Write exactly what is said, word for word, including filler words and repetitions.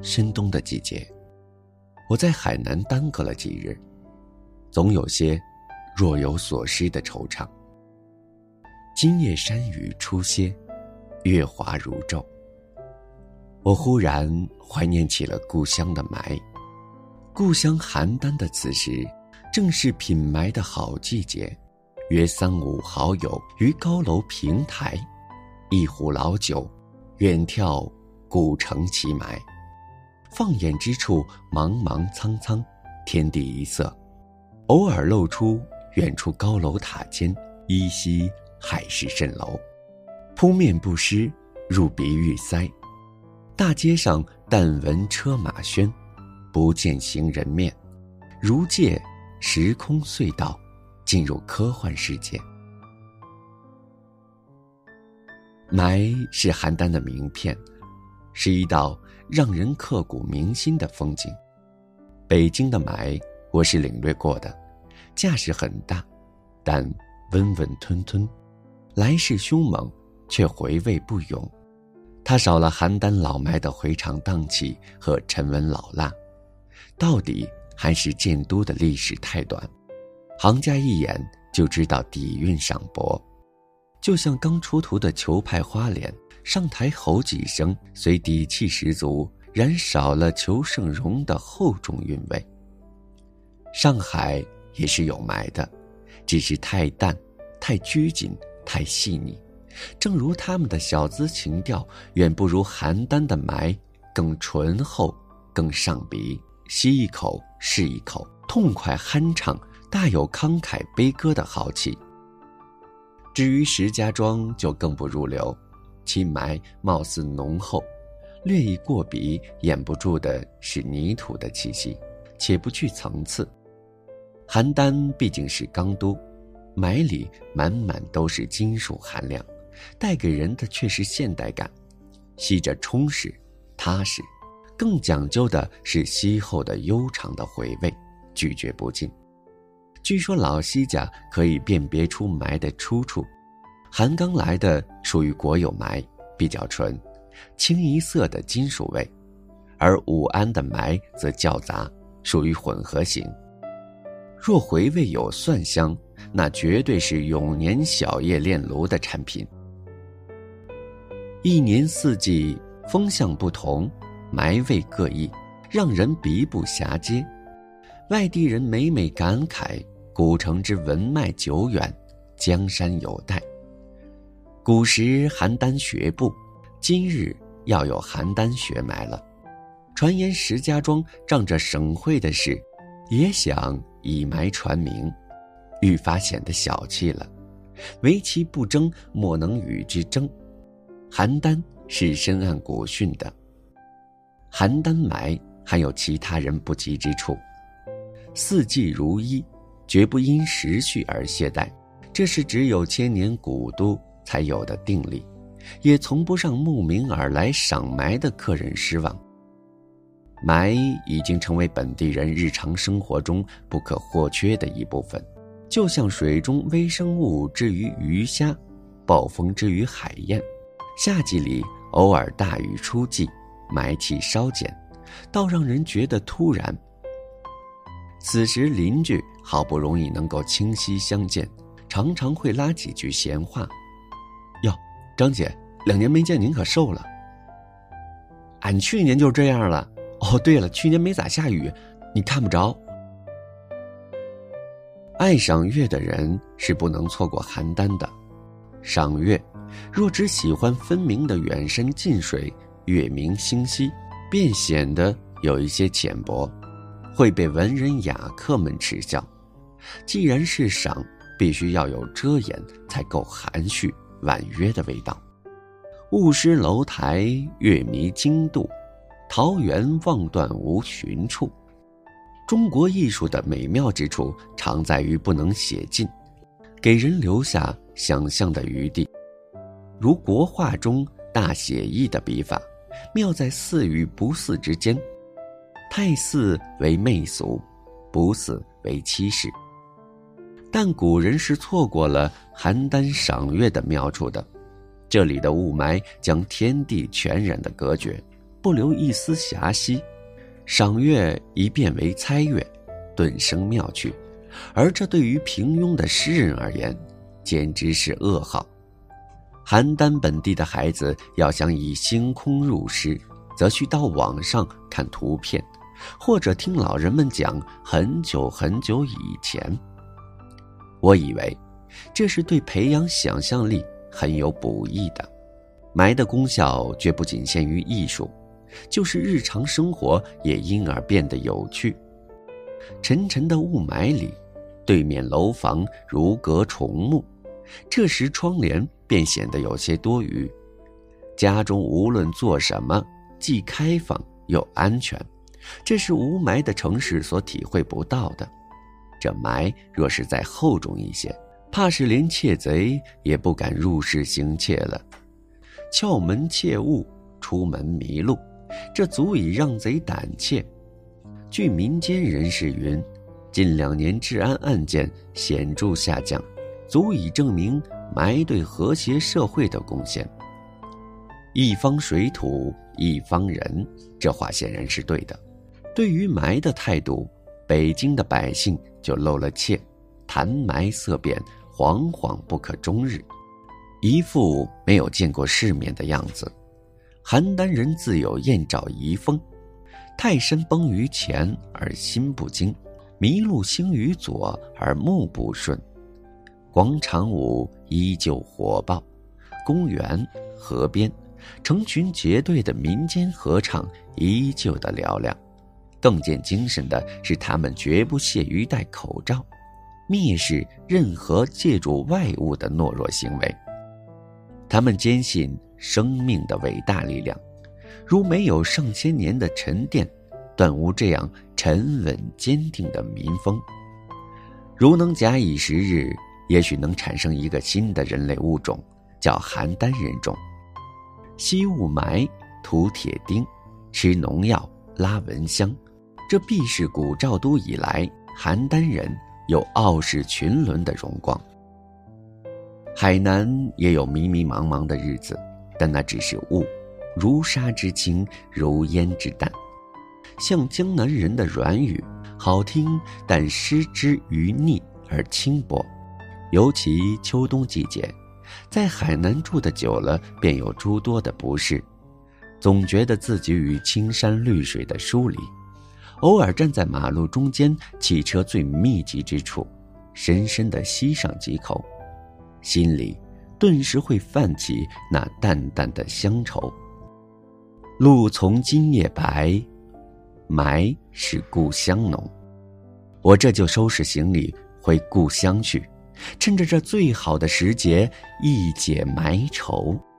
深冬的季节，我在海南耽搁了几日，总有些若有所失的惆怅。今夜山雨初歇，月华如昼，我忽然怀念起了故乡的霾。故乡邯郸的此时正是品霾的好季节，约三五好友于高楼平台，一壶老酒，远眺古城奇霾。放眼之处，茫茫苍苍，天地一色，偶尔露出远处高楼塔尖，依稀海市蜃楼，扑面不湿，入鼻欲塞。大街上但闻车马喧，不见行人面，如借时空隧道，进入科幻世界。霾是邯郸的名片，是一道让人刻骨铭心的风景。北京的霾我是领略过的，架势很大，但温温吞吞，来势凶猛，却回味不永。它少了邯郸老霾的回肠荡气和沉稳老辣，到底还是建都的历史太短，行家一眼就知道底蕴赏博。就像刚出土的裘派花脸，上台吼几声，虽底气十足，然少了裘盛戎的厚重韵味。上海也是有霾的，只是太淡，太拘谨，太细腻。正如他们的小资情调远不如邯郸的霾更醇厚，更上鼻，吸一口是一口，痛快酣畅，大有慷慨悲歌的豪气。至于石家庄就更不入流，其霾貌似浓厚，略一过鼻，掩不住的是泥土的气息，且不去层次。邯郸毕竟是钢都，霾里满满都是金属含量，带给人的却是现代感，吸着充实踏实，更讲究的是吸后的悠长的回味，咀嚼不尽。据说老西家可以辨别出霾的出处，韩刚来的属于国有霾，比较纯，清一色的金属味，而武安的霾则较杂，属于混合型。若回味有蒜香，那绝对是永年小叶炼炉的产品。一年四季风向不同，霾味各异，让人鼻不暇接。外地人每每感慨，古城之文脉久远，江山有待。古时邯郸学步，今日要有邯郸学霾了。传言石家庄仗着省会的事，也想以霾传名，愈发显得小气了。唯其不争，莫能与之争。邯郸是深谙古训的，邯郸霾还有其他人不及之处。四季如一，绝不因时序而懈怠，这是只有千年古都才有的定力，也从不让慕名而来赏霾的客人失望。霾已经成为本地人日常生活中不可或缺的一部分，就像水中微生物之于鱼虾，暴风之于海燕。夏季里偶尔大雨初霁，霾气稍减，倒让人觉得突然。此时邻居好不容易能够清晰相见，常常会拉几句闲话。哟，张姐，两年没见您可瘦了。俺去年就这样了。哦，对了，去年没咋下雨，你看不着。爱赏月的人是不能错过邯郸的。赏月若只喜欢分明的远山近水，月明星稀，便显得有一些浅薄，会被文人雅客们耻笑。既然是赏，必须要有遮掩，才够含蓄婉约的味道。雾失楼台，月迷经度，桃源望断无寻处。中国艺术的美妙之处常在于不能写尽，给人留下想象的余地。如国画中大写意的笔法，妙在似与不似之间，太似为媚俗，不似为欺世。但古人是错过了邯郸赏月的妙处的，这里的雾霾将天地全然的隔绝， 不留一丝暇隙，赏月已变为猜月，顿生妙趣，而这对于平庸的诗人而言，简直是噩耗。邯郸本地的孩子要想以星空入诗，则需到网上看图片，或者听老人们讲很久很久以前。我以为这是对培养想象力很有补益的。霾的功效绝不仅限于艺术，就是日常生活也因而变得有趣。沉沉的雾霾里，对面楼房如隔重幕，这时窗帘便显得有些多余。家中无论做什么，既开放又安全，这是无霾的城市所体会不到的。这霾若是再厚重一些，怕是连窃贼也不敢入室行窃了。撬门窃物，出门迷路，这足以让贼胆怯。据民间人士云，近两年治安案件显著下降，足以证明霾对和谐社会的贡献。一方水土一方人，这话显然是对的。对于霾的态度，北京的百姓就露了怯，谈霾色变，惶惶不可终日，一副没有见过世面的样子。邯郸人自有燕赵遗风，泰山崩于前而心不惊，麋鹿兴于左而目不顺。广场舞依旧火爆，公园、河边，成群结队的民间合唱依旧的嘹亮。更见精神的是，他们绝不屑于戴口罩，蔑视任何借助外物的懦弱行为。他们坚信生命的伟大力量，如没有上千年的沉淀，断无这样沉稳坚定的民风。如能假以时日，也许能产生一个新的人类物种，叫邯郸人种。吸雾霾，涂铁钉，吃农药，拉蚊香，这必是古赵都以来邯郸人有傲视群伦的荣光。海南也有迷迷茫茫的日子，但那只是雾，如沙之轻，如烟之淡。像江南人的软语，好听，但失之于腻而轻薄。尤其秋冬季节，在海南住的久了，便有诸多的不适，总觉得自己与青山绿水的疏离。偶尔站在马路中间，汽车最密集之处，深深地吸上几口，心里顿时会泛起那淡淡的乡愁。露从今夜白，霾是故乡浓。我这就收拾行李回故乡去，趁着这最好的时节，一解霾愁。